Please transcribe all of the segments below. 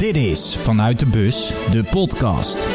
Dit is Vanuit de Bus, de podcast.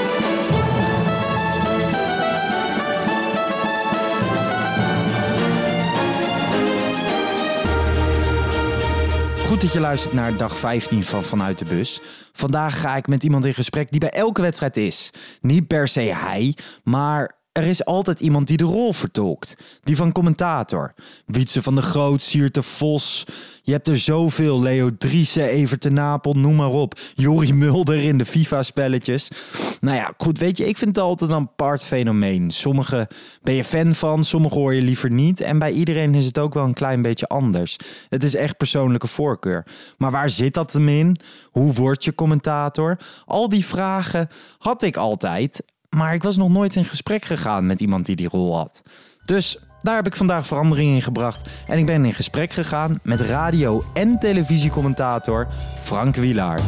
Goed dat je luistert naar dag 15 van Vanuit de Bus. Vandaag ga ik met iemand in gesprek die bij elke wedstrijd is. Niet per se hij, maar er is altijd iemand die de rol vertolkt. Die van commentator. Wietse van der Groot, Siert de Vos. Je hebt er zoveel. Leo Driessen, Evert de Napel, noem maar op. Jorie Mulder in de FIFA-spelletjes. Nou ja, goed, weet je, ik vind het altijd een apart fenomeen. Sommige ben je fan van, sommige hoor je liever niet. En bij iedereen is het ook wel een klein beetje anders. Het is echt persoonlijke voorkeur. Maar waar zit dat hem in? Hoe word je commentator? Al die vragen had ik altijd. Maar ik was nog nooit in gesprek gegaan met iemand die rol had. Dus daar heb ik vandaag verandering in gebracht. En ik ben in gesprek gegaan met radio- en televisiecommentator Frank Wielaert.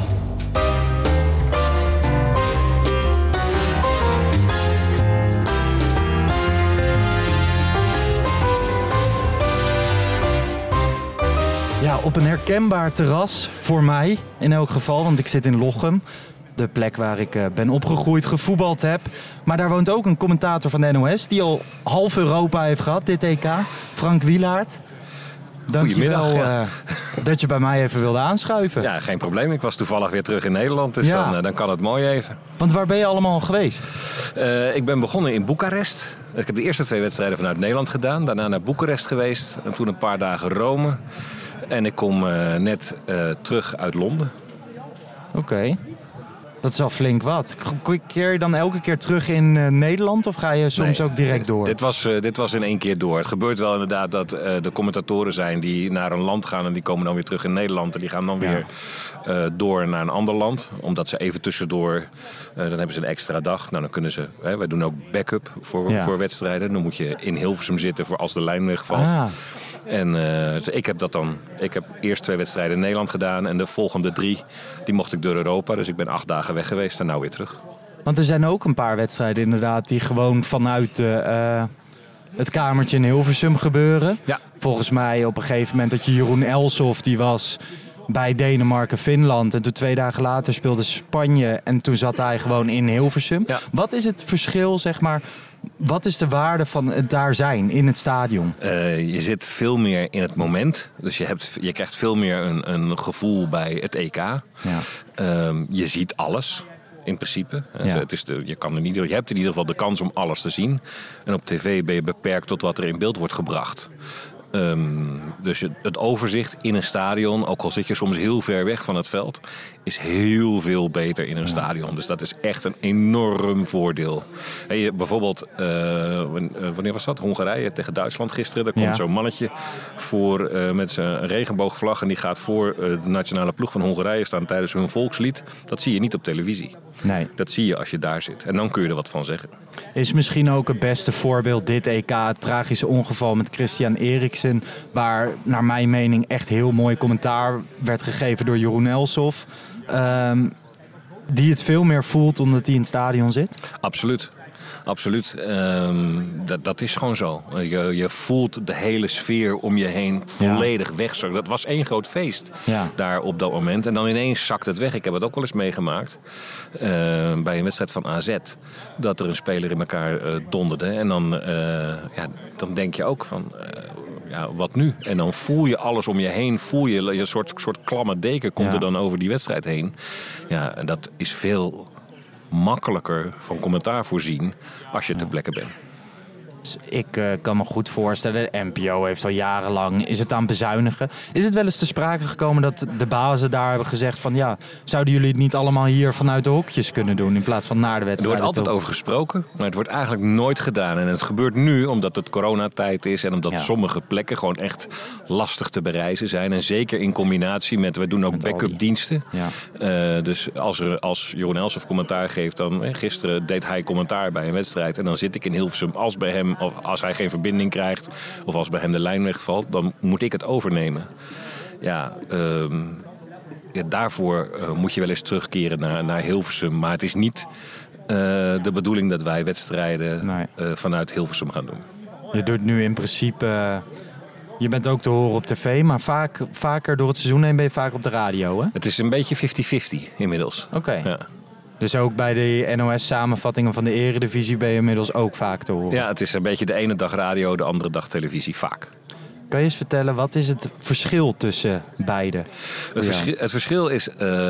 Ja, op een herkenbaar terras voor mij in elk geval, want ik zit in Lochem. De plek waar ik ben opgegroeid, gevoetbald heb. Maar daar woont ook een commentator van de NOS die al half Europa heeft gehad, dit EK. Frank Wielaert. Dankjewel dat je bij mij even wilde aanschuiven. Ja, geen probleem. Ik was toevallig weer terug in Nederland, dus dan kan het mooi even. Want waar ben je allemaal geweest? Ik ben begonnen in Boekarest. Ik heb de eerste 2 wedstrijden vanuit Nederland gedaan. Daarna naar Boekarest geweest. En toen een paar dagen Rome. En ik kom net terug uit Londen. Oké. Dat is al flink wat. Keer je dan elke keer terug in Nederland of ga je soms ook direct door? Dit was in 1 keer door. Het gebeurt wel inderdaad dat de commentatoren zijn die naar een land gaan en die komen dan weer terug in Nederland. En die gaan dan weer door naar een ander land. Omdat ze even tussendoor, dan hebben ze een extra dag. Nou, dan kunnen ze, wij doen ook backup voor wedstrijden. Dan moet je in Hilversum zitten voor als de lijn wegvalt. Ah. En dus ik heb eerst 2 wedstrijden in Nederland gedaan en de volgende 3, die mocht ik door Europa. Dus ik ben 8 dagen weg geweest en nou weer terug. Want er zijn ook een paar wedstrijden inderdaad die gewoon vanuit het kamertje in Hilversum gebeuren. Ja. Volgens mij op een gegeven moment dat je Jeroen Elsof, die was bij Denemarken-Finland. En toen 2 dagen later speelde Spanje en toen zat hij gewoon in Hilversum. Ja. Wat is het verschil, zeg maar? Wat is de waarde van het daar zijn in het stadion? Je zit veel meer in het moment. Dus je krijgt veel meer een gevoel bij het EK. Ja. Je ziet alles. In principe. Ja. Je hebt in ieder geval de kans om alles te zien. En op tv ben je beperkt tot wat er in beeld wordt gebracht. Dus het overzicht in een stadion, ook al zit je soms heel ver weg van het veld, is heel veel beter in een stadion. Dus dat is echt een enorm voordeel. Bijvoorbeeld, wanneer was dat? Hongarije tegen Duitsland gisteren. Daar komt zo'n mannetje voor met zijn regenboogvlag en die gaat voor de nationale ploeg van Hongarije staan tijdens hun volkslied. Dat zie je niet op televisie. Nee. Dat zie je als je daar zit. En dan kun je er wat van zeggen. Is misschien ook het beste voorbeeld dit EK, het tragische ongeval met Christian Eriksen, waar naar mijn mening echt heel mooi commentaar werd gegeven door Jeroen Elsof. Die het veel meer voelt omdat hij in het stadion zit? Absoluut. Dat is gewoon zo. Je voelt de hele sfeer om je heen volledig wegzakken. Dat was 1 groot feest daar op dat moment. En dan ineens zakt het weg. Ik heb het ook wel eens meegemaakt. Bij een wedstrijd van AZ. Dat er een speler in elkaar donderde. En dan denk je ook van... wat nu? En dan voel je alles om je heen. Voel je een soort klamme deken komt er dan over die wedstrijd heen. Ja, en dat is veel makkelijker van commentaar voorzien als je ter plekke bent. Ik kan me goed voorstellen, de NPO heeft al jarenlang, is het aan bezuinigen. Is het wel eens te sprake gekomen dat de bazen daar hebben gezegd van zouden jullie het niet allemaal hier vanuit de hokjes kunnen doen in plaats van naar de wedstrijd? Er wordt altijd over gesproken, maar het wordt eigenlijk nooit gedaan. En het gebeurt nu omdat het coronatijd is en omdat sommige plekken gewoon echt lastig te bereizen zijn. En zeker in combinatie met, we doen ook backup diensten. Ja. Dus als Jeroen Elsof commentaar geeft, dan gisteren deed hij commentaar bij een wedstrijd. En dan zit ik in Hilversum als bij hem, of als hij geen verbinding krijgt, of als bij hem de lijn wegvalt, dan moet ik het overnemen. Daarvoor moet je wel eens terugkeren naar Hilversum. Maar het is niet de bedoeling dat wij wedstrijden vanuit Hilversum gaan doen. Je doet nu in principe Je bent ook te horen op tv, maar vaker door het seizoen heen ben je vaak op de radio, hè? Het is een beetje 50-50 inmiddels. Oké. Ja. Dus ook bij de NOS-samenvattingen van de Eredivisie ben je inmiddels ook vaak te horen? Ja, het is een beetje de ene dag radio, de andere dag televisie, vaak. Kan je eens vertellen, wat is het verschil tussen beide? Het verschil is,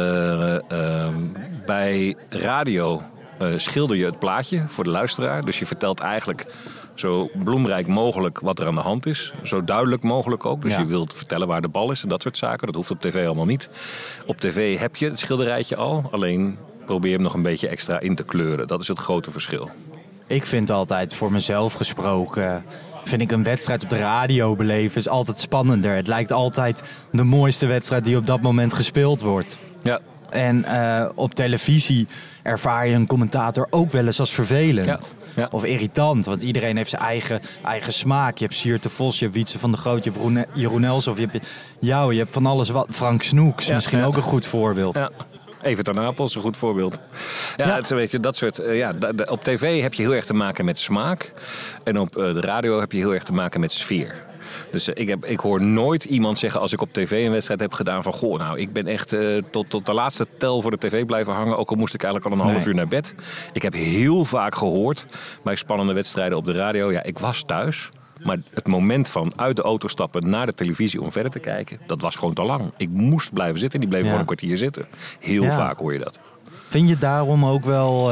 bij radio schilder je het plaatje voor de luisteraar. Dus je vertelt eigenlijk zo bloemrijk mogelijk wat er aan de hand is. Zo duidelijk mogelijk ook. Dus je wilt vertellen waar de bal is en dat soort zaken. Dat hoeft op tv allemaal niet. Op tv heb je het schilderijtje al. Alleen probeer hem nog een beetje extra in te kleuren. Dat is het grote verschil. Ik vind altijd, voor mezelf gesproken, vind ik een wedstrijd op de radio beleven is altijd spannender. Het lijkt altijd de mooiste wedstrijd die op dat moment gespeeld wordt. Ja. En op televisie ervaar je een commentator ook wel eens als vervelend. Ja. Ja. Of irritant, want iedereen heeft zijn eigen smaak. Je hebt Siert de Vos, je hebt Wietse van der Groot, je hebt Jeroen Elshoff, je hebt van alles wat. Frank Snoeks, misschien ook een goed voorbeeld. Ja. Evert ten Apel is een goed voorbeeld. Ja. Het is een beetje dat soort. Op tv heb je heel erg te maken met smaak. En op de radio heb je heel erg te maken met sfeer. Dus ik hoor nooit iemand zeggen als ik op tv een wedstrijd heb gedaan van goh, nou, ik ben echt tot de laatste tel voor de tv blijven hangen. Ook al moest ik eigenlijk al een half uur naar bed. Ik heb heel vaak gehoord bij spannende wedstrijden op de radio. Ja, ik was thuis. Maar het moment van uit de auto stappen naar de televisie om verder te kijken, dat was gewoon te lang. Ik moest blijven zitten en die bleef gewoon een kwartier zitten. Heel vaak hoor je dat. Vind je daarom ook wel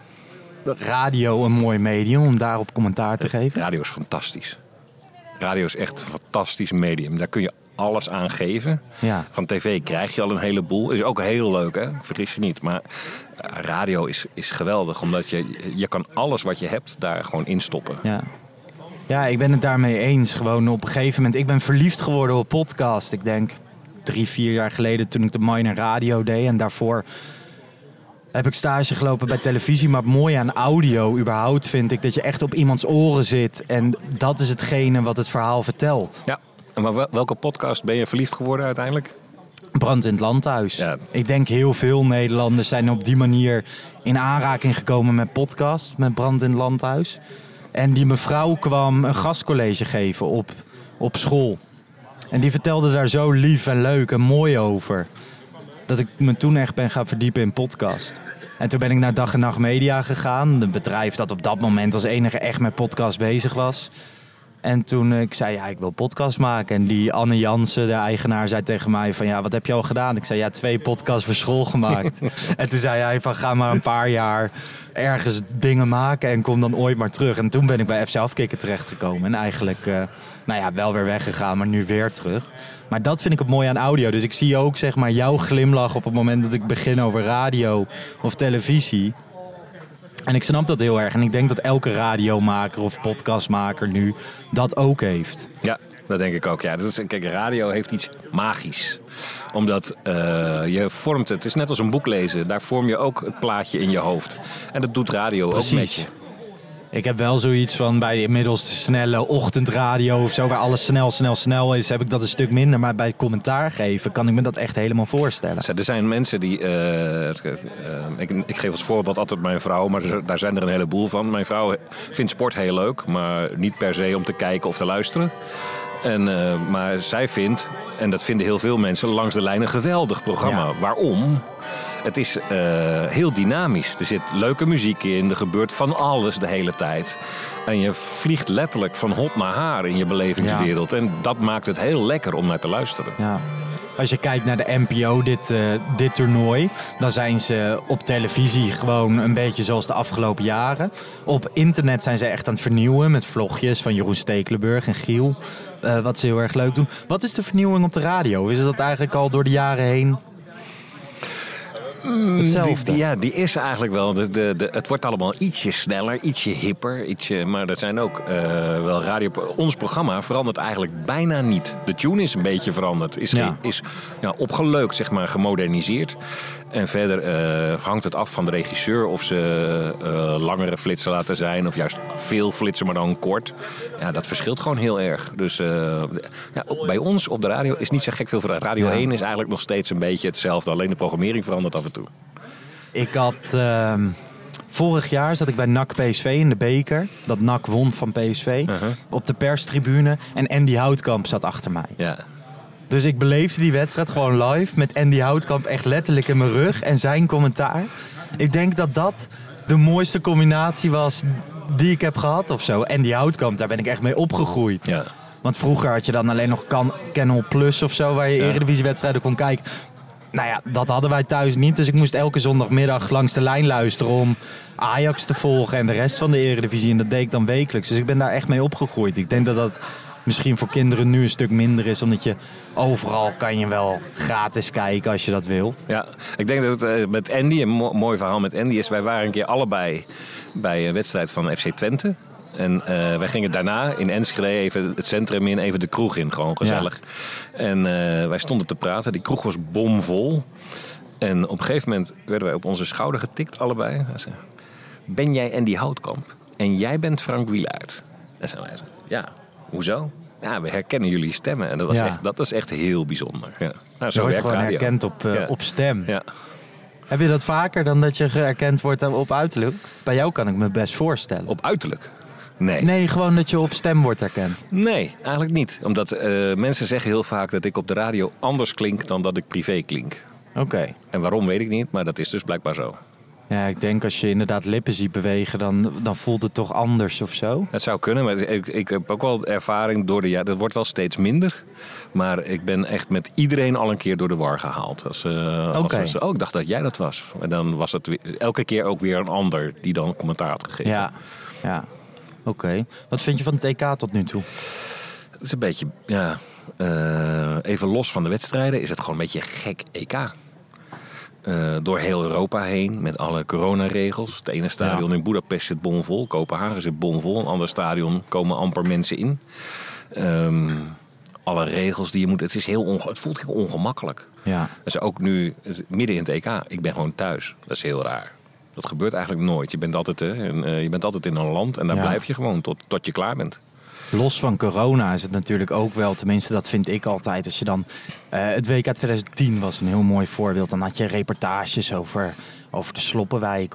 radio een mooi medium om daarop commentaar te geven? Radio is fantastisch. Radio is echt een fantastisch medium. Daar kun je alles aan geven. Ja. Van tv krijg je al een heleboel. Is ook heel leuk, hè? Vergis je niet. Maar radio is geweldig. Omdat je kan alles wat je hebt daar gewoon instoppen. Ja, ik ben het daarmee eens. Gewoon op een gegeven moment. Ik ben verliefd geworden op podcast. Ik denk 3-4 jaar geleden toen ik de minor radio deed. En daarvoor heb ik stage gelopen bij televisie. Maar het mooie aan audio überhaupt vind ik dat je echt op iemands oren zit. En dat is hetgene wat het verhaal vertelt. Ja, maar welke podcast ben je verliefd geworden uiteindelijk? Brand in het Landhuis. Ja. Ik denk heel veel Nederlanders zijn op die manier in aanraking gekomen met podcast. Met Brand in het Landhuis. En die mevrouw kwam een gastcollege geven op school. En die vertelde daar zo lief en leuk en mooi over. Dat ik me toen echt ben gaan verdiepen in podcast. En toen ben ik naar Dag en Nacht Media gegaan. Een bedrijf dat op dat moment als enige echt met podcast bezig was. En toen ik zei, ja, ik wil podcast maken. En die Anne Jansen, de eigenaar, zei tegen mij van, ja, wat heb je al gedaan? Ik zei, ja, 2 podcasts voor school gemaakt. En toen zei hij van, ga maar een paar jaar ergens dingen maken en kom dan ooit maar terug. En toen ben ik bij FC Afkikken terechtgekomen. En eigenlijk, wel weer weggegaan, maar nu weer terug. Maar dat vind ik het mooie aan audio. Dus ik zie ook, zeg maar, jouw glimlach op het moment dat ik begin over radio of televisie. En ik snap dat heel erg. En ik denk dat elke radiomaker of podcastmaker nu dat ook heeft. Ja, dat denk ik ook. Ja, kijk, radio heeft iets magisch. Omdat je vormt het is net als een boek lezen. Daar vorm je ook het plaatje in je hoofd. En dat doet radio ook met je. Ik heb wel zoiets van bij inmiddels de snelle ochtendradio of zo, waar alles snel is, heb ik dat een stuk minder. Maar bij commentaar geven kan ik me dat echt helemaal voorstellen. Er zijn mensen die... ik geef als voorbeeld altijd mijn vrouw, maar daar zijn er een heleboel van. Mijn vrouw vindt sport heel leuk, maar niet per se om te kijken of te luisteren. Maar zij vindt, en dat vinden heel veel mensen, Langs de Lijn een geweldig programma. Ja. Waarom? Het is heel dynamisch. Er zit leuke muziek in. Er gebeurt van alles de hele tijd. En je vliegt letterlijk van hot naar haar in je belevingswereld. Ja. En dat maakt het heel lekker om naar te luisteren. Ja. Als je kijkt naar de NPO, dit toernooi, dan zijn ze op televisie gewoon een beetje zoals de afgelopen jaren. Op internet zijn ze echt aan het vernieuwen met vlogjes van Jeroen Stekelenburg en Giel. Wat ze heel erg leuk doen. Wat is de vernieuwing op de radio? Is dat eigenlijk al door de jaren heen hetzelfde? Die is eigenlijk wel. Het wordt allemaal ietsje sneller, ietsje hipper. Maar er zijn ook wel radio. Ons programma verandert eigenlijk bijna niet. De tune is een beetje veranderd. Is opgeleukt, zeg maar, gemoderniseerd. En verder hangt het af van de regisseur of ze langere flitsen laten zijn. Of juist veel flitsen, maar dan kort. Ja, dat verschilt gewoon heel erg. Dus bij ons op de radio is niet zo gek veel veranderd. Radio 1 is eigenlijk nog steeds een beetje hetzelfde. Alleen de programmering verandert af en toe. Ik had Vorig jaar zat ik bij NAC PSV in de beker. Dat NAC won van PSV. Op de perstribune. En Andy Houtkamp zat achter mij. Ja. Dus ik beleefde die wedstrijd gewoon live. Met Andy Houtkamp echt letterlijk in mijn rug. En zijn commentaar. Ik denk dat dat de mooiste combinatie was die ik heb gehad of zo. Andy Houtkamp, daar ben ik echt mee opgegroeid. Ja. Want vroeger had je dan alleen nog Canal Plus of zo. Waar je eredivisiewedstrijden kon kijken. Nou ja, dat hadden wij thuis niet. Dus ik moest elke zondagmiddag langs de lijn luisteren om Ajax te volgen en de rest van de Eredivisie. En dat deed ik dan wekelijks. Dus ik ben daar echt mee opgegroeid. Ik denk dat dat misschien voor kinderen nu een stuk minder is. Omdat je overal kan je wel gratis kijken als je dat wil. Ja, ik denk dat het met Andy, een mooi verhaal met Andy is. Wij waren een keer allebei bij een wedstrijd van FC Twente. En wij gingen daarna in Enschede even het centrum in, even de kroeg in. Gewoon gezellig. Ja. En wij stonden te praten. Die kroeg was bomvol. En op een gegeven moment werden wij op onze schouder getikt, allebei. Hij zei, ben jij Andy Houtkamp? En jij bent Frank Wielaert? En zei wij, ja, hoezo? Ja, we herkennen jullie stemmen. En dat was echt heel bijzonder. Ja. Nou, zo wordt gewoon herkend op stem. Ja. Heb je dat vaker dan dat je herkend wordt op uiterlijk? Bij jou kan ik me best voorstellen. Op uiterlijk? Nee. Nee, gewoon dat je op stem wordt herkend. Nee, eigenlijk niet. Omdat mensen zeggen heel vaak dat ik op de radio anders klink dan dat ik privé klink. Oké. En waarom weet ik niet, maar dat is dus blijkbaar zo. Ja, ik denk als je inderdaad lippen ziet bewegen, dan voelt het toch anders of zo. Het zou kunnen, maar ik heb ook wel ervaring door de jaren. Dat wordt wel steeds minder. Maar ik ben echt met iedereen al een keer door de war gehaald. Ik dacht dat jij dat was. En dan was het elke keer ook weer een ander die dan commentaar had gegeven. Ja. Oké. Wat vind je van het EK tot nu toe? Het is een beetje, even los van de wedstrijden, is het gewoon een beetje een gek EK. Door heel Europa heen, met alle coronaregels. Het ene stadion in Budapest zit bomvol. Kopenhagen zit bomvol. Een ander stadion komen amper mensen in. Alle regels die je moet... Het voelt heel ongemakkelijk. Ja. Dus ook nu, midden in het EK, ik ben gewoon thuis. Dat is heel raar. Dat gebeurt eigenlijk nooit. Je bent altijd in een land en daar blijf je gewoon tot je klaar bent. Los van corona is het natuurlijk ook wel, tenminste dat vind ik altijd. Als je dan, het WK 2010 was een heel mooi voorbeeld. Dan had je reportages over de sloppenwijk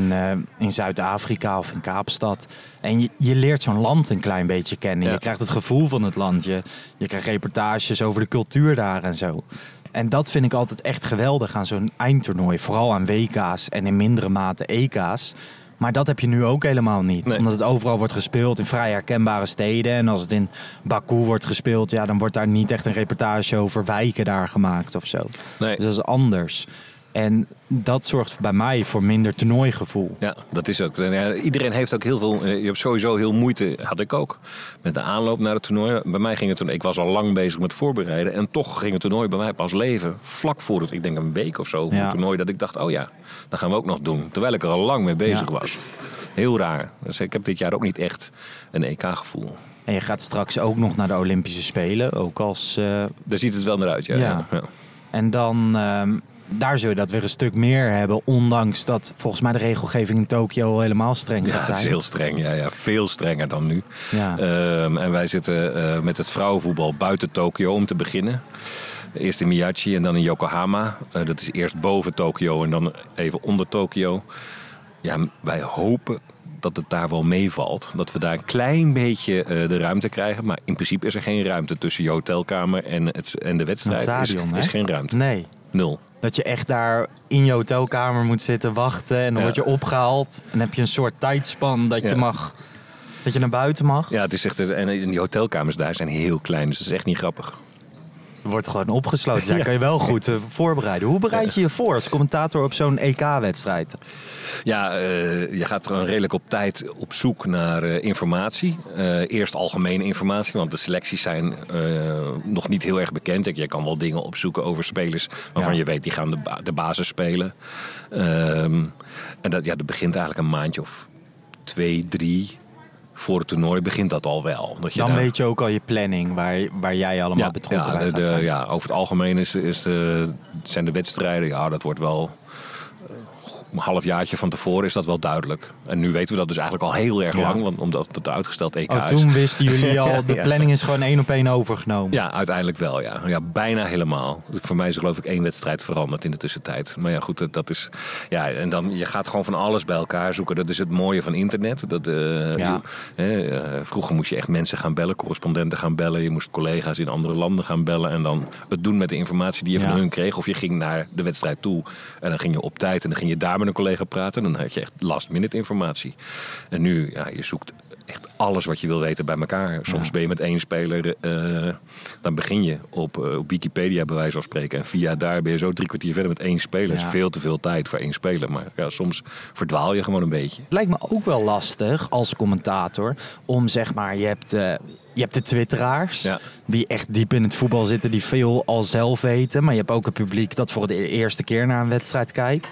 in Zuid-Afrika of in Kaapstad. En je leert zo'n land een klein beetje kennen. Ja. Je krijgt het gevoel van het land. Je krijgt reportages over de cultuur daar en zo. En dat vind ik altijd echt geweldig aan zo'n eindtoernooi. Vooral aan WK's en in mindere mate EK's. Maar dat heb je nu ook helemaal niet. Nee. Omdat het overal wordt gespeeld in vrij herkenbare steden. En als het in Baku wordt gespeeld, dan wordt daar niet echt een reportage over wijken daar gemaakt of zo. Nee. Dus dat is anders. En dat zorgt bij mij voor minder toernooigevoel. Ja, dat is ook. Iedereen heeft ook heel veel... Je hebt sowieso heel moeite, had ik ook, met de aanloop naar het toernooi. Bij mij ging het toen... Ik was al lang bezig met voorbereiden. En toch ging het toernooi bij mij pas leven. Vlak voor het, ik denk een week of zo, voor het toernooi. Dat ik dacht, dat gaan we ook nog doen. Terwijl ik er al lang mee bezig was. Heel raar. Dus ik heb dit jaar ook niet echt een EK-gevoel. En je gaat straks ook nog naar de Olympische Spelen. Ook als... Daar ziet het wel naar uit, ja. En dan... daar zul je dat weer een stuk meer hebben. Ondanks dat volgens mij de regelgeving in Tokio helemaal streng gaat zijn. Ja, het is heel streng. Ja, veel strenger dan nu. Ja. En wij zitten met het vrouwenvoetbal buiten Tokio om te beginnen. Eerst in Miyagi en dan in Yokohama. Dat is eerst boven Tokio en dan even onder Tokio. Ja, wij hopen dat het daar wel meevalt. Dat we daar een klein beetje de ruimte krijgen. Maar in principe is er geen ruimte tussen je hotelkamer en de wedstrijd. Stadion, is geen ruimte. Nee. 0. Dat je echt daar in je hotelkamer moet zitten wachten. En dan word je opgehaald. En dan heb je een soort tijdspan dat je dat je naar buiten mag. Ja, het is echt... En die hotelkamers daar zijn heel klein. Dus dat is echt niet grappig. Je wordt gewoon opgesloten. Kan je wel goed voorbereiden. Hoe bereid je je voor als commentator op zo'n EK-wedstrijd? Ja, je gaat er redelijk op tijd op zoek naar informatie. Eerst algemene informatie, want de selecties zijn nog niet heel erg bekend. Je kan wel dingen opzoeken over spelers waarvan je weet die gaan de basis spelen. En dat begint eigenlijk een maandje of 2, 3... Voor het toernooi begint dat al wel. Dan weet je ook al je planning waar jij allemaal betrokken bij gaat zijn. Ja, over het algemeen zijn de wedstrijden... Ja, dat wordt wel een halfjaartje van tevoren is dat wel duidelijk. En nu weten we dat dus eigenlijk al heel erg lang, want omdat het uitgesteld EK is. Toen wisten jullie al, de planning is gewoon 1 op 1 overgenomen. Ja, uiteindelijk wel, ja. Ja, bijna helemaal. Voor mij is er geloof ik 1 wedstrijd veranderd in de tussentijd. Maar ja, goed, dat is... Ja, en dan, je gaat gewoon van alles bij elkaar zoeken. Dat is het mooie van internet. Vroeger moest je echt mensen gaan bellen, correspondenten gaan bellen. Je moest collega's in andere landen gaan bellen. En dan het doen met de informatie die je van hun kreeg. Of je ging naar de wedstrijd toe. En dan ging je op tijd en dan ging je daar met een collega praten. En dan had je echt last-minute informatie. En nu, ja, je zoekt echt alles wat je wil weten bij elkaar. Soms ben je met 1 speler, dan begin je op Wikipedia bij wijze van spreken. En via daar ben je zo 3 kwartier verder met 1 speler. Dat is veel te veel tijd voor 1 speler. Maar ja, soms verdwaal je gewoon een beetje. Het lijkt me ook wel lastig als commentator om zeg maar, je hebt de twitteraars die echt diep in het voetbal zitten, die veel al zelf weten. Maar je hebt ook het publiek dat voor de eerste keer naar een wedstrijd kijkt.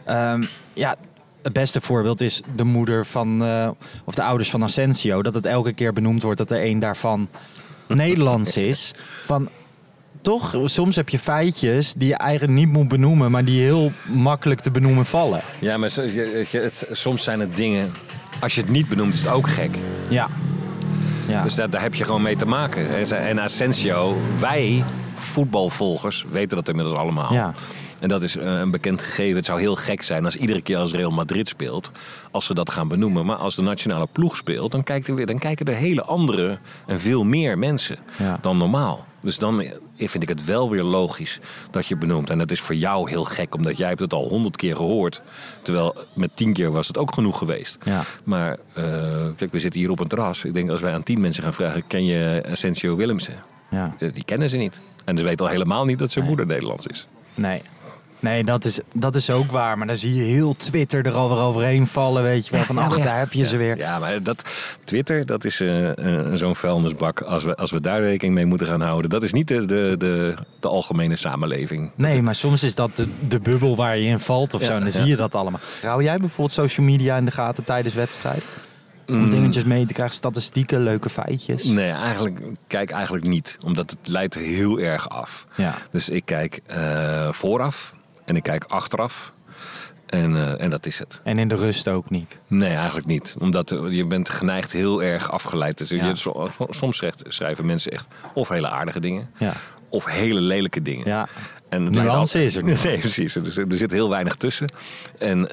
Het beste voorbeeld is de moeder van, of de ouders van Asensio. Dat het elke keer benoemd wordt dat er 1 daarvan Nederlands is. Toch, soms heb je feitjes die je eigenlijk niet moet benoemen, maar die heel makkelijk te benoemen vallen. Ja, maar soms zijn het dingen, als je het niet benoemt is het ook gek. Ja. Dus daar heb je gewoon mee te maken. En Asensio, wij voetbalvolgers weten dat inmiddels allemaal. Ja. En dat is een bekend gegeven. Het zou heel gek zijn als iedere keer als Real Madrid speelt, als ze dat gaan benoemen. Maar als de nationale ploeg speelt, dan kijken er hele andere en veel meer mensen dan normaal. Dus dan vind ik het wel weer logisch dat je benoemt. En dat is voor jou heel gek, omdat jij hebt het al 100 keer gehoord. Terwijl met 10 keer was het ook genoeg geweest. Ja. Maar kijk, we zitten hier op een terras. Ik denk als wij aan 10 mensen gaan vragen, ken je Asensio Willemsen? Ja. Die kennen ze niet. En ze weten al helemaal niet dat zijn moeder Nederlands is. Nee, dat is ook waar. Maar dan zie je heel Twitter er al weer overheen vallen. Weet je wel, van daar heb je ze weer. Ja, maar Twitter, dat is zo'n vuilnisbak. Als we daar rekening mee moeten gaan houden. Dat is niet de algemene samenleving. Nee, maar soms is dat de bubbel waar je in valt of zo. En dan zie je dat allemaal. Hou jij bijvoorbeeld social media in de gaten tijdens wedstrijd? Om dingetjes mee te krijgen, statistieken, leuke feitjes? Nee, kijk eigenlijk niet. Omdat het leidt heel erg af. Ja. Dus ik kijk vooraf en ik kijk achteraf. En dat is het. En in de rust ook niet? Nee, eigenlijk niet. Omdat je bent geneigd heel erg afgeleid. Dus soms schrijven mensen echt of hele aardige dingen. Ja. Of hele lelijke dingen. Ja. En nuance is er niet. Nee, precies. Er zit heel weinig tussen. En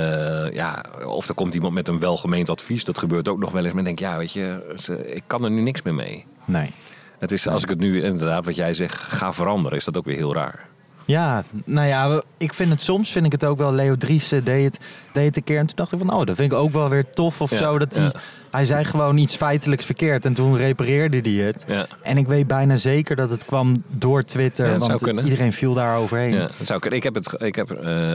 of er komt iemand met een welgemeend advies. Dat gebeurt ook nog wel eens. Maar ik denk, weet je, ik kan er nu niks meer mee. Nee. Het is, als ik het nu inderdaad, wat jij zegt, ga veranderen, is dat ook weer heel raar. Ja, ik vind het soms ook wel. Leo Driessen deed het een keer. En toen dacht ik van, dat vind ik ook wel weer tof of zo. Dat hij zei gewoon iets feitelijks verkeerd. En toen repareerde hij het. Ja. En ik weet bijna zeker dat het kwam door Twitter. Want iedereen viel daar overheen. Ja, dat zou kunnen. Ik heb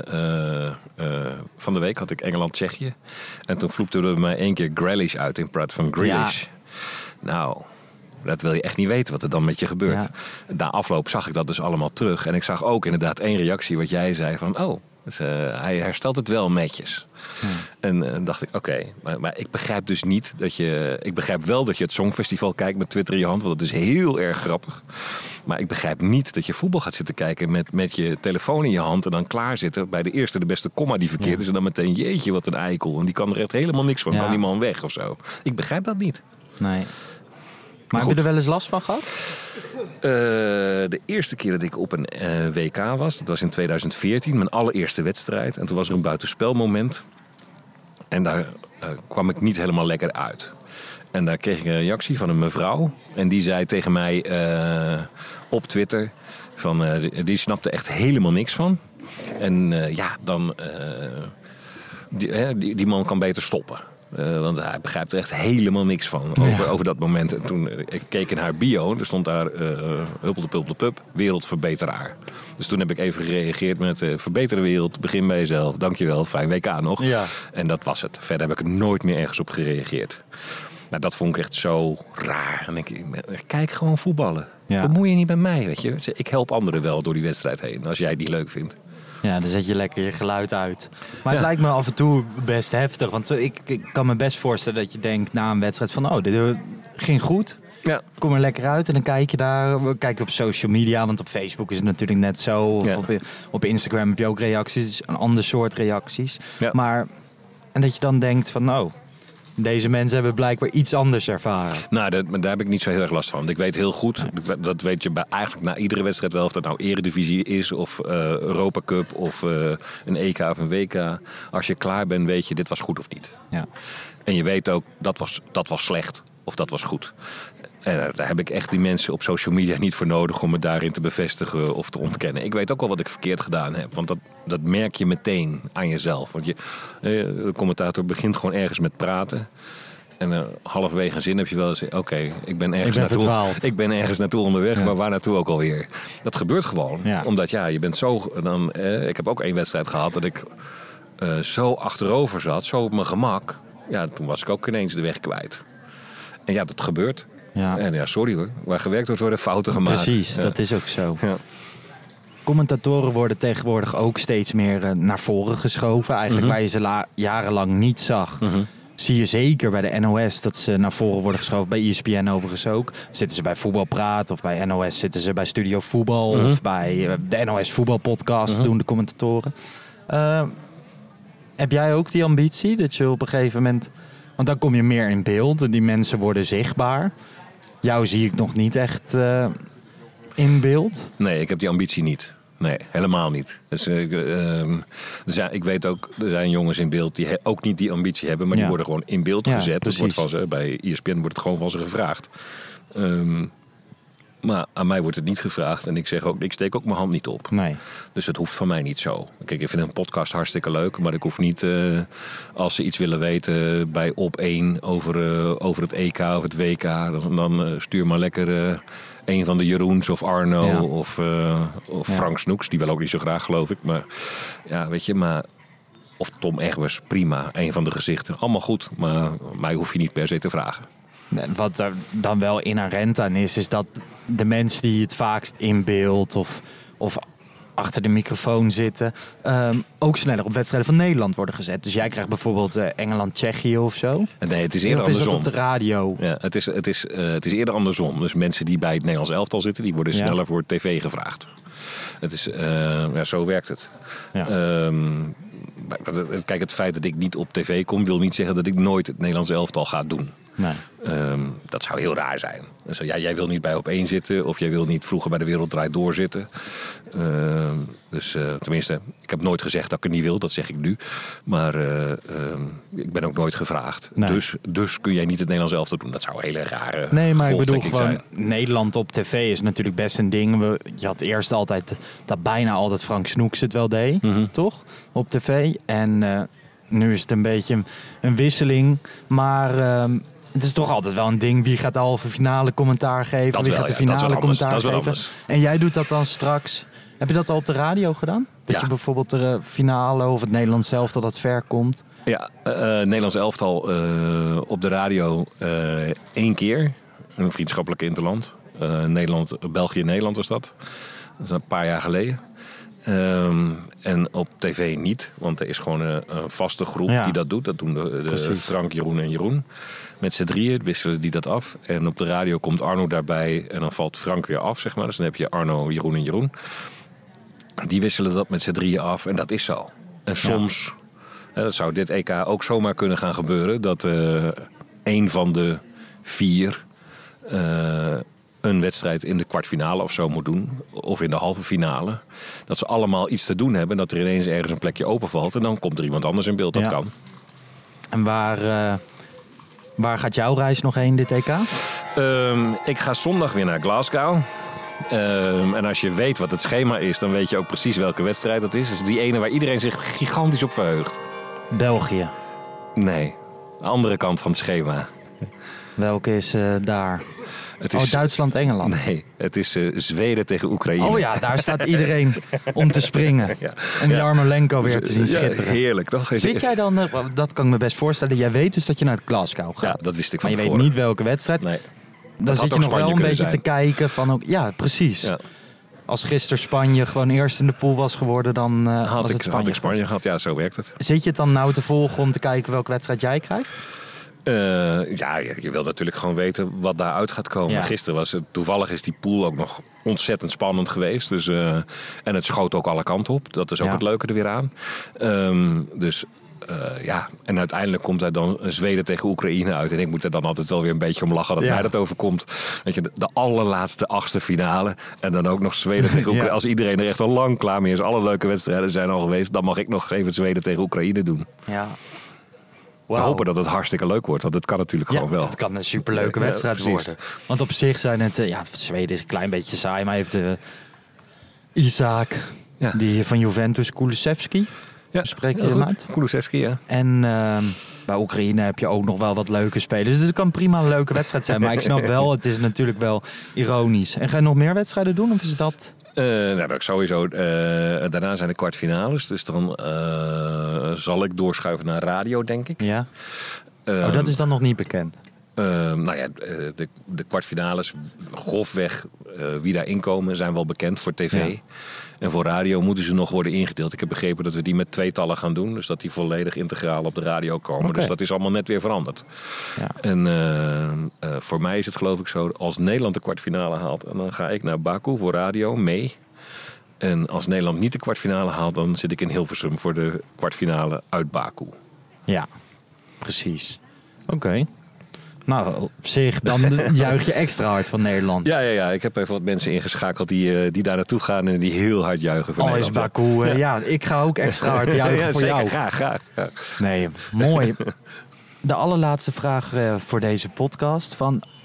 van de week had ik Engeland-Tsjechië. En toen vloepte er maar 1 keer Grealish uit in plaats van Grealish. Ja. Nou, dat wil je echt niet weten wat er dan met je gebeurt. Ja. Na afloop zag ik dat dus allemaal terug. En ik zag ook inderdaad 1 reactie wat jij zei van... Dus, hij herstelt het wel netjes. En dacht ik, oké. Maar ik begrijp dus niet dat je... Ik begrijp wel dat je het Songfestival kijkt met Twitter in je hand. Want dat is heel erg grappig. Maar ik begrijp niet dat je voetbal gaat zitten kijken met je telefoon in je hand. En dan klaar zitten bij de eerste de beste komma die verkeerd is. En dan meteen, jeetje, wat een eikel. En die kan er echt helemaal niks van. Kan die man weg of zo. Ik begrijp dat niet. Nee. Maar heb je er wel eens last van gehad? De eerste keer dat ik op een WK was, dat was in 2014, mijn allereerste wedstrijd. En toen was er een buitenspelmoment. En daar kwam ik niet helemaal lekker uit. En daar kreeg ik een reactie van een mevrouw. En die zei tegen mij op Twitter, die snapte echt helemaal niks van. En die man kan beter stoppen. Want hij begrijpt er echt helemaal niks van over dat moment. En toen ik keek in haar bio, er stond daar huppeldepup, wereldverbeteraar. Dus toen heb ik even gereageerd met verbeter de wereld, begin bij jezelf, dankjewel, fijn WK nog. Ja. En dat was het. Verder heb ik er nooit meer ergens op gereageerd. Nou, dat vond ik echt zo raar. En ik kijk gewoon voetballen. Ja. Bemoei je niet bij mij, weet je. Ik help anderen wel door die wedstrijd heen, als jij het niet leuk vindt. Ja, dan zet je lekker je geluid uit. Maar het lijkt me af en toe best heftig. Want ik kan me best voorstellen dat je denkt na een wedstrijd van... dit ging goed. Ja. Kom er lekker uit en dan kijk je daar. Kijk op social media, want op Facebook is het natuurlijk net zo. Of op Instagram heb je ook reacties. Een ander soort reacties. Ja. Maar, en dat je dan denkt van nou, deze mensen hebben blijkbaar iets anders ervaren. Nou, daar heb ik niet zo heel erg last van. Ik weet heel goed, dat weet je bij eigenlijk na iedere wedstrijd wel, of dat nou Eredivisie is of Europa Cup of een EK of een WK. Als je klaar bent, weet je, dit was goed of niet. Ja. En je weet ook, dat was slecht of dat was goed. En daar heb ik echt die mensen op social media niet voor nodig om me daarin te bevestigen of te ontkennen. Ik weet ook wel wat ik verkeerd gedaan heb. Want dat merk je meteen aan jezelf. Want de commentator begint gewoon ergens met praten. En halverwege een zin heb je wel eens, oké, ik ben ergens naartoe onderweg, maar waar naartoe ook alweer. Dat gebeurt gewoon. Ja. Omdat je bent zo. Ik heb ook 1 wedstrijd gehad dat ik zo achterover zat, zo op mijn gemak. Ja, toen was ik ook ineens de weg kwijt. En ja, dat gebeurt. Ja. En sorry hoor, waar gewerkt wordt worden fouten gemaakt. Precies, dat is ook zo. Ja. Commentatoren worden tegenwoordig ook steeds meer naar voren geschoven. Eigenlijk waar je ze jarenlang niet zag. Zie je zeker bij de NOS dat ze naar voren worden geschoven. Bij ESPN overigens ook. Zitten ze bij Voetbalpraat of bij NOS zitten ze bij Studio Voetbal. Of bij de NOS Voetbalpodcast doen de commentatoren. Heb jij ook die ambitie dat je op een gegeven moment... Want dan kom je meer in beeld. Die mensen worden zichtbaar. Jou zie ik nog niet echt in beeld. Nee, ik heb die ambitie niet. Nee, helemaal niet. Dus, ik weet ook, er zijn jongens in beeld die ook niet die ambitie hebben. Maar die worden gewoon in beeld gezet. Dat wordt van ze, bij ESPN wordt het gewoon van ze gevraagd. Maar aan mij wordt het niet gevraagd. En ik steek ook mijn hand niet op. Nee. Dus het hoeft van mij niet zo. Kijk, ik vind een podcast hartstikke leuk. Maar ik hoef niet, als ze iets willen weten bij Op1 over het EK of het WK. Dan stuur maar lekker een van de Jeroens of Arno of Frank Snoeks. Die wil ook niet zo graag, geloof ik. Maar ja, weet je, of Tom Egbers, prima. Een van de gezichten. Allemaal goed. Maar mij hoef je niet per se te vragen. Wat er dan wel inherent aan is dat de mensen die het vaakst in beeld of achter de microfoon zitten, ook sneller op wedstrijden van Nederland worden gezet. Dus jij krijgt bijvoorbeeld Engeland-Tsjechië of zo. Nee, het is eerder andersom. Of is dat op de radio? Ja, het is eerder andersom. Dus mensen die bij het Nederlands elftal zitten, die worden sneller voor tv gevraagd. Het is, zo werkt het. Ja. Kijk, het feit dat ik niet op tv kom, wil niet zeggen dat ik nooit het Nederlands elftal ga doen. Nee. Dat zou heel raar zijn. Dus, jij wil niet bij Op1 zitten of jij wil niet vroeger bij De Wereld Draait Door zitten. Tenminste, ik heb nooit gezegd dat ik het niet wil, dat zeg ik nu. Maar ik ben ook nooit gevraagd. Nee. Dus kun jij niet het Nederlands elftal doen. Dat zou een hele rare Nee, maar ik bedoel gewoon, zijn. Nederland op tv is natuurlijk best een ding. Je had eerst altijd dat bijna altijd Frank Snoeks het wel deed, toch? Op tv. En nu is het een beetje een wisseling. Maar het is toch altijd wel een ding. Wie gaat de halve finale commentaar geven? Wie gaat de finale commentaar geven? En jij doet dat dan straks. Heb je dat al op de radio gedaan? Dat je bijvoorbeeld de finale of het Nederlands elftal dat ver komt? Ja, Nederlands elftal op de radio 1 keer. Een vriendschappelijke interland. België-Nederland was dat. Dat is een paar jaar geleden. En op tv niet. Want er is gewoon een vaste groep die dat doet. Dat doen de Frank, Jeroen en Jeroen. Met z'n drieën wisselen die dat af. En op de radio komt Arno daarbij. En dan valt Frank weer af, zeg maar. Dus dan heb je Arno, Jeroen en Jeroen. Die wisselen dat met z'n drieën af. En dat is zo. En soms, dat zou dit EK ook zomaar kunnen gaan gebeuren. Dat een van de 4 een wedstrijd in de kwartfinale of zo moet doen. Of in de halve finale. Dat ze allemaal iets te doen hebben. Dat er ineens ergens een plekje openvalt. En dan komt er iemand anders in beeld. Dat kan. En waar gaat jouw reis nog heen, dit EK? Ik ga zondag weer naar Glasgow. En als je weet wat het schema is, dan weet je ook precies welke wedstrijd dat is. Het is die ene waar iedereen zich gigantisch op verheugt. België? Nee, de andere kant van het schema. Welke is daar? Duitsland-Engeland. Nee, het is Zweden tegen Oekraïne. Oh ja, daar staat iedereen om te springen. Om Jarmolenko weer te zien schitteren. Heerlijk, toch? Zit jij dan, dat kan ik me best voorstellen, jij weet dus dat je naar Glasgow gaat. Ja, dat wist ik van tevoren. Maar je weet niet welke wedstrijd. Nee. Dan zit je nog wel een beetje te kijken van, ja, precies. Ja. Als gisteren Spanje gewoon eerst in de pool was geworden, dan had het Spanje gehad. Ja, zo werkt het. Zit je het dan nou te volgen om te kijken welke wedstrijd jij krijgt? Je wil natuurlijk gewoon weten wat daaruit gaat komen. Ja. Gisteren was het, toevallig is die pool ook nog ontzettend spannend geweest. Dus, en het schoot ook alle kanten op. Dat is ook het leuke er weer aan. En uiteindelijk komt daar dan Zweden tegen Oekraïne uit. En ik moet er dan altijd wel weer een beetje om lachen dat mij dat overkomt. Weet je, de allerlaatste 8e finale. En dan ook nog Zweden tegen Oekraïne. Als iedereen er echt al lang klaar mee is. Alle leuke wedstrijden zijn al geweest. Dan mag ik nog even Zweden tegen Oekraïne doen. Ja. We hopen dat het hartstikke leuk wordt. Want het kan natuurlijk gewoon wel. Het kan een superleuke wedstrijd worden. Want op zich zijn het... Zweden is een klein beetje saai. Maar heeft Isaac, die van Juventus, Kulusevski. Ja, spreekt hij hem uit? Kulusevski, ja. En bij Oekraïne heb je ook nog wel wat leuke spelers. Dus het kan prima een leuke wedstrijd zijn. Maar ik snap wel, het is natuurlijk wel ironisch. En ga je nog meer wedstrijden doen? Of is dat... Sowieso. Daarna zijn de kwartfinales. Dus dan zal ik doorschuiven naar radio, denk ik. Ja. Dat is dan nog niet bekend. De kwartfinales, grofweg, wie daarin komen, zijn wel bekend voor tv. Ja. En voor radio moeten ze nog worden ingedeeld. Ik heb begrepen dat we die met 2-tallen gaan doen. Dus dat die volledig integraal op de radio komen. Okay. Dus dat is allemaal net weer veranderd. Ja. En voor mij is het geloof ik zo, als Nederland de kwartfinale haalt, en dan ga ik naar Baku voor radio mee. En als Nederland niet de kwartfinale haalt, dan zit ik in Hilversum voor de kwartfinale uit Baku. Ja, precies. Oké. Nou, op zich, dan juich je extra hard van Nederland. Ja. Ik heb even wat mensen ingeschakeld die daar naartoe gaan en die heel hard juichen voor Nederland. Is Baku, ik ga ook extra hard juichen voor zeker, jou. Graag. Nee, mooi. De allerlaatste vraag voor deze podcast.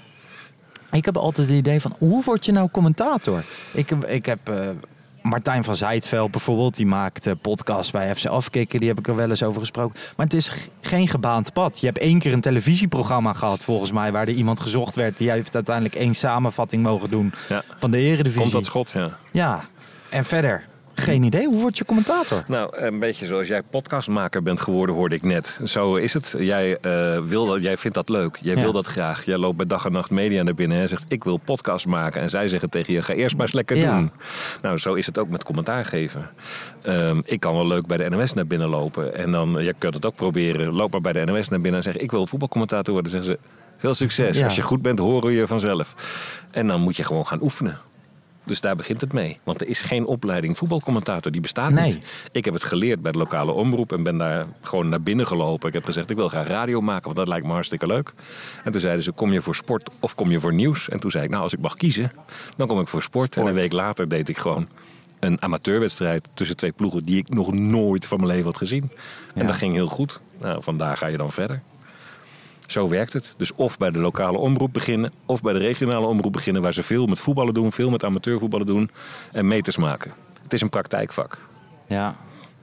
Ik heb altijd het idee van, hoe word je nou commentator? Ik heb... Martijn van Zijtveld bijvoorbeeld, die maakt podcast bij FC Afkikken. Die heb ik er wel eens over gesproken. Maar het is geen gebaand pad. Je hebt 1 keer een televisieprogramma gehad volgens mij, waar er iemand gezocht werd. Die heeft uiteindelijk 1 samenvatting mogen doen van de Eredivisie. Komt dat schot, ja. Ja, en verder... Geen idee. Hoe word je commentator? Nou, een beetje zoals jij podcastmaker bent geworden, hoorde ik net. Zo is het. Jij vindt dat leuk. Jij wil dat graag. Jij loopt bij Dag en Nacht Media naar binnen en zegt, ik wil podcast maken. En zij zeggen tegen je, ga eerst maar eens lekker doen. Nou, zo is het ook met commentaar geven. Ik kan wel leuk bij de NOS naar binnen lopen. En dan, je kunt het ook proberen. Loop maar bij de NOS naar binnen en zeg, ik wil voetbalcommentator worden. Dan zeggen ze, veel succes. Ja. Als je goed bent, horen we je vanzelf. En dan moet je gewoon gaan oefenen. Dus daar begint het mee. Want er is geen opleiding voetbalcommentator. Die bestaat niet. Ik heb het geleerd bij de lokale omroep. En ben daar gewoon naar binnen gelopen. Ik heb gezegd, ik wil graag radio maken. Want dat lijkt me hartstikke leuk. En toen zeiden ze, kom je voor sport of kom je voor nieuws? En toen zei ik, nou, als ik mag kiezen, dan kom ik voor sport. En een week later deed ik gewoon een amateurwedstrijd tussen 2 ploegen die ik nog nooit van mijn leven had gezien. En dat ging heel goed. Nou, vandaar ga je dan verder. Zo werkt het. Dus of bij de lokale omroep beginnen, of bij de regionale omroep beginnen, waar ze veel met voetballen doen, veel met amateurvoetballen doen en meters maken. Het is een praktijkvak. Ja.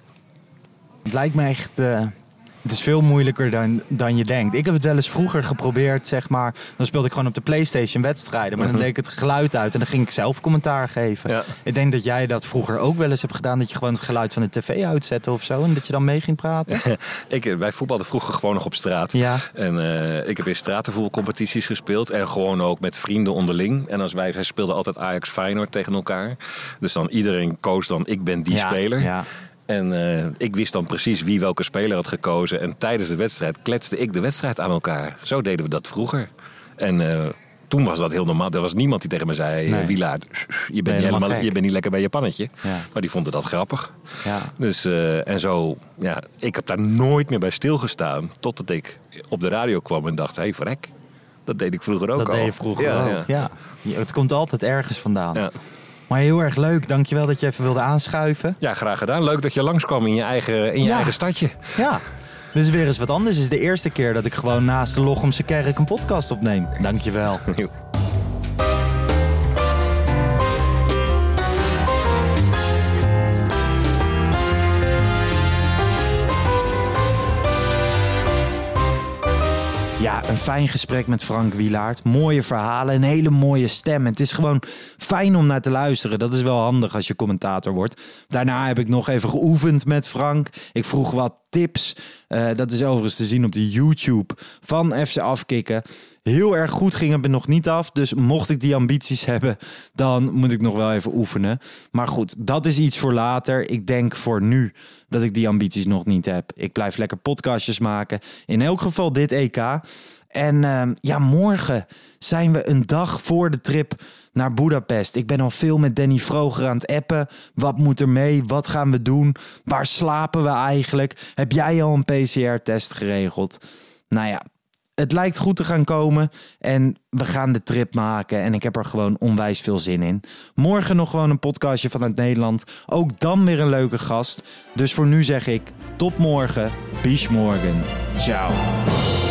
Het lijkt me echt... Het is veel moeilijker dan je denkt. Ik heb het wel eens vroeger geprobeerd, zeg maar. Dan speelde ik gewoon op de PlayStation wedstrijden. Maar dan deed ik het geluid uit en dan ging ik zelf commentaar geven. Ja. Ik denk dat jij dat vroeger ook wel eens hebt gedaan. Dat je gewoon het geluid van de tv uitzette of zo. En dat je dan mee ging praten. Wij voetbalden vroeger gewoon nog op straat. Ja. En ik heb in stratenvoetbalcompetities gespeeld. En gewoon ook met vrienden onderling. En wij speelden altijd Ajax Feyenoord tegen elkaar. Dus dan iedereen koos dan, ik ben die speler. Ja. En ik wist dan precies wie welke speler had gekozen. En tijdens de wedstrijd kletste ik de wedstrijd aan elkaar. Zo deden we dat vroeger. En toen was dat heel normaal. Er was niemand die tegen me zei, Wielaert, je bent niet lekker bij je pannetje. Ja. Maar die vonden dat grappig. Ja. Dus, en zo, ik heb daar nooit meer bij stilgestaan. Totdat ik op de radio kwam en dacht, hé, verrek. Dat deed ik vroeger ook al. Dat deed je vroeger ook, ja. Het komt altijd ergens vandaan. Ja. Maar heel erg leuk. Dankjewel dat je even wilde aanschuiven. Ja, graag gedaan. Leuk dat je langskwam in je eigen stadje. Ja. Dit is weer eens wat anders. Het is de eerste keer dat ik gewoon naast de Lochemse Kerk een podcast opneem. Dankjewel. Ja, een fijn gesprek met Frank Wielaert. Mooie verhalen, een hele mooie stem. Het is gewoon fijn om naar te luisteren. Dat is wel handig als je commentator wordt. Daarna heb ik nog even geoefend met Frank. Ik vroeg wat tips. Dat is overigens te zien op de YouTube van FC Afkikken. Heel erg goed ging het me nog niet af. Dus mocht ik die ambities hebben, dan moet ik nog wel even oefenen. Maar goed, dat is iets voor later. Ik denk voor nu dat ik die ambities nog niet heb. Ik blijf lekker podcastjes maken. In elk geval dit EK. En morgen zijn we een dag voor de trip naar Budapest. Ik ben al veel met Danny Vroger aan het appen. Wat moet er mee? Wat gaan we doen? Waar slapen we eigenlijk? Heb jij al een PCR-test geregeld? Nou ja, het lijkt goed te gaan komen. En we gaan de trip maken. En ik heb er gewoon onwijs veel zin in. Morgen nog gewoon een podcastje vanuit Nederland. Ook dan weer een leuke gast. Dus voor nu zeg ik tot morgen. Bis morgen. Ciao.